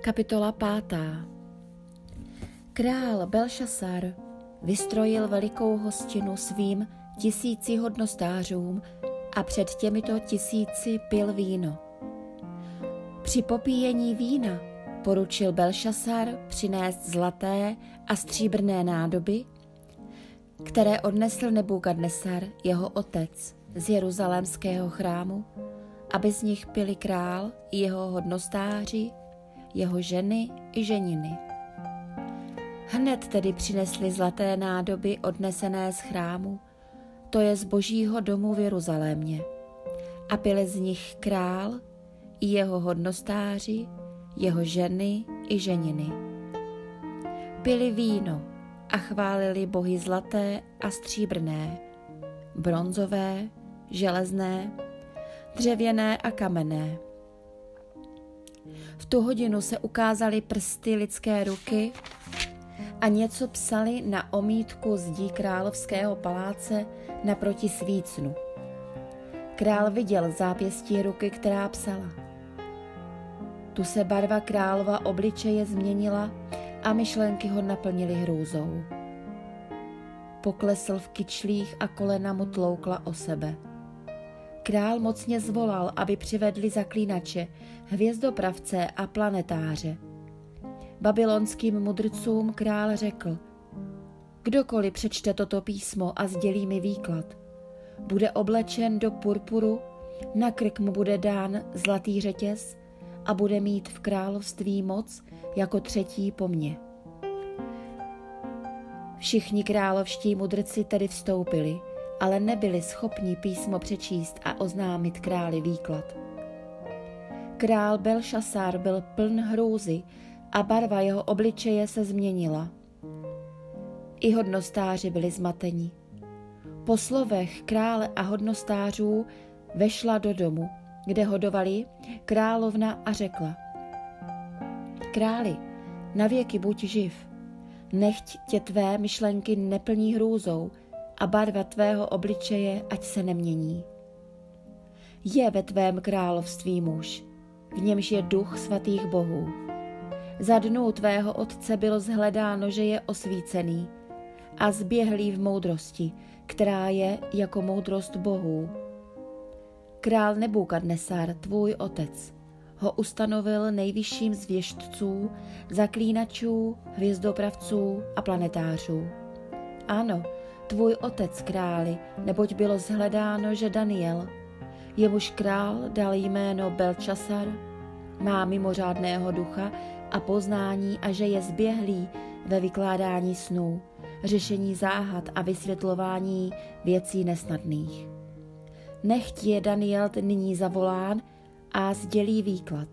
Kapitola 5. Král Belšasar vystrojil velikou hostinu svým 1000 hodnostářům a před těmito 1000 pil víno. Při popíjení vína poručil Belšasar přinést zlaté a stříbrné nádoby, které odnesl Nebukadnesar, jeho otec, z jeruzalémského chrámu, aby z nich pili král i jeho hodnostáři, jeho ženy i ženiny. Hned tedy přinesli zlaté nádoby odnesené z chrámu, to je z Božího domu v Jeruzalémě, a pili z nich král i jeho hodnostáři, jeho ženy i ženiny. Pili víno a chválili bohy zlaté a stříbrné, bronzové, železné, dřevěné a kamenné. V tu hodinu se ukázaly prsty lidské ruky a něco psali na omítku zdí královského paláce naproti svícnu. Král viděl zápěstí ruky, která psala. Tu se barva králova obličeje změnila a myšlenky ho naplnily hrůzou. Poklesl v kyčlích a kolena mu tloukla o sebe. Král mocně zvolal, aby přivedli zaklínače, hvězdopravce a planetáře. Babylonským mudrcům král řekl: kdokoliv přečte toto písmo a sdělí mi výklad, bude oblečen do purpuru, na krk mu bude dán zlatý řetěz a bude mít v království moc jako třetí po mně. Všichni královští mudrci tedy vstoupili, ale nebyli schopni písmo přečíst a oznámit králi výklad. Král Belšasar byl pln hrůzy a barva jeho obličeje se změnila. I hodnostáři byli zmateni. Po slovech krále a hodnostářů vešla do domu, kde hodovali královna a řekla: králi, navěky buď živ, nechť tě tvé myšlenky neplní hrůzou a barva tvého obličeje ať se nemění. Je ve tvém království muž, v němž je duch svatých bohů. Za dnů tvého otce bylo zhledáno, že je osvícený a zběhlý v moudrosti, která je jako moudrost bohů. Král Nebukadnesar, tvůj otec, ho ustanovil nejvyšším z věštců, zaklínačů, hvězdopravců a planetářů. Ano, tvůj otec králi, neboť bylo zhledáno, že Daniel, jemuž král dal jméno Belšasar, má mimořádného ducha a poznání a že je zběhlý ve vykládání snů, řešení záhad a vysvětlování věcí nesnadných. Nechť je Daniel nyní zavolán a sdělí výklad.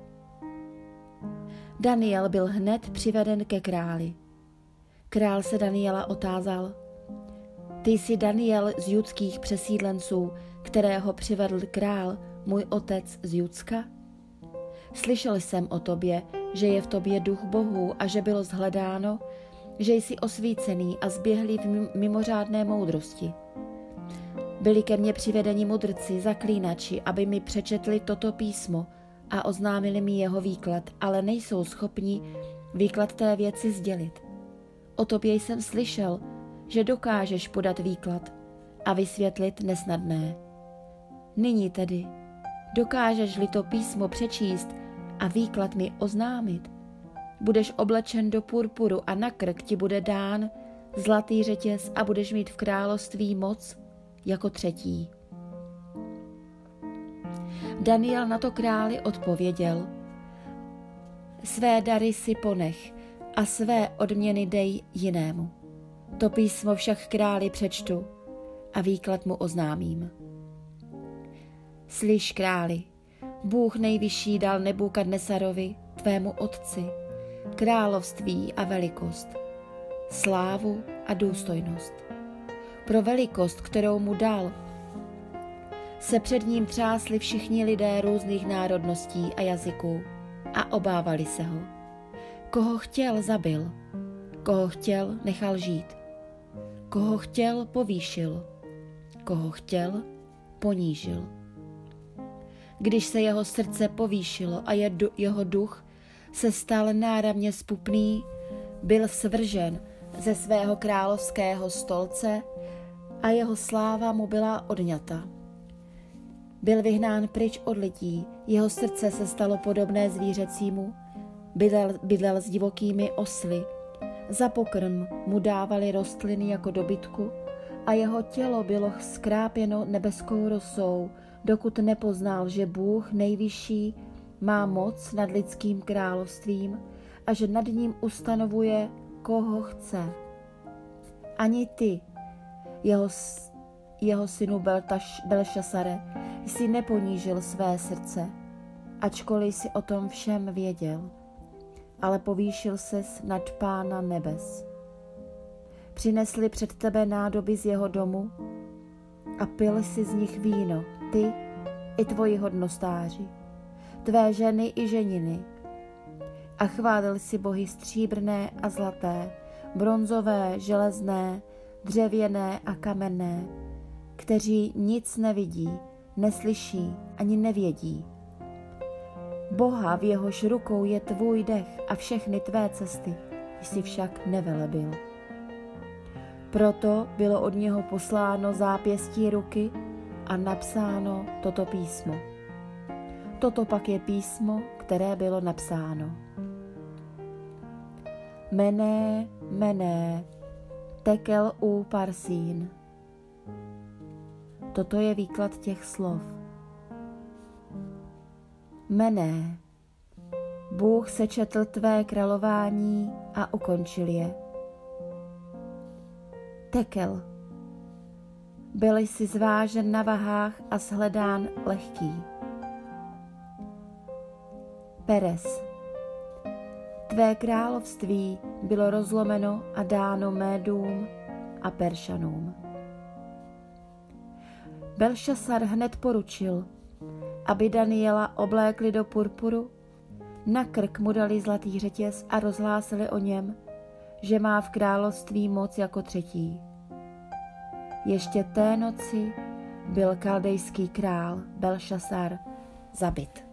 Daniel byl hned přiveden ke králi. Král se Daniela otázal: ty jsi Daniel z judských přesídlenců, kterého přivedl král, můj otec z Judska? Slyšel jsem o tobě, že je v tobě duch bohů a že bylo zhledáno, že jsi osvícený a zběhlý v mimořádné moudrosti. Byli ke mně přivedeni mudrci, zaklínači, aby mi přečetli toto písmo a oznámili mi jeho výklad, ale nejsou schopni výklad té věci sdělit. O tobě jsem slyšel, že dokážeš podat výklad a vysvětlit nesnadné. Nyní tedy, dokážeš-li to písmo přečíst a výklad mi oznámit, budeš oblečen do purpuru a na krk ti bude dán zlatý řetěz a budeš mít v království moc jako třetí. Daniel na to králi odpověděl: své dary si ponech a své odměny dej jinému. To písmo však králi přečtu a výklad mu oznámím. Slyš, králi, Bůh nejvyšší dal Nebukadnesarovi, tvému otci, království a velikost, slávu a důstojnost. Pro velikost, kterou mu dal, se před ním třásli všichni lidé různých národností a jazyků a obávali se ho. Koho chtěl, zabil, koho chtěl, nechal žít, koho chtěl, povýšil, koho chtěl, ponížil. Když se jeho srdce povýšilo a jeho duch se stal náramně zpupný, byl svržen ze svého královského stolce a jeho sláva mu byla odňata. Byl vyhnán pryč od lidí, jeho srdce se stalo podobné zvířecímu, bydlel s divokými osly, za pokrm mu dávali rostliny jako dobytku a jeho tělo bylo skrápěno nebeskou rosou, dokud nepoznal, že Bůh nejvyšší má moc nad lidským královstvím a že nad ním ustanovuje, koho chce. Ani ty, jeho synu Belšasare, jsi neponížil své srdce, ačkoliv jsi o tom všem věděl, ale povýšil ses nad Pána nebes. Přinesli před tebe nádoby z jeho domu a pil si z nich víno, ty i tvoji hodnostáři, tvé ženy i ženiny. A chválil si bohy stříbrné a zlaté, bronzové, železné, dřevěné a kamenné, kteří nic nevidí, neslyší ani nevědí. Boha, v jehož rukou je tvůj dech a všechny tvé cesty, jsi však nevelebil. Proto bylo od něho posláno zápěstí ruky a napsáno toto písmo. Toto pak je písmo, které bylo napsáno. Mené, mené, tekel u parsín. Toto je výklad těch slov. Mené, Bůh sečetl tvé králování a ukončil je. Tekel, byl jsi zvážen na vahách a shledán lehký. Peres, tvé království bylo rozlomeno a dáno Médům a Peršanům. Belšasar hned poručil, aby Daniela oblékli do purpuru, na krk mu dali zlatý řetěz a rozhlásili o něm, že má v království moc jako třetí. Ještě té noci byl kaldejský král Belšasar zabit.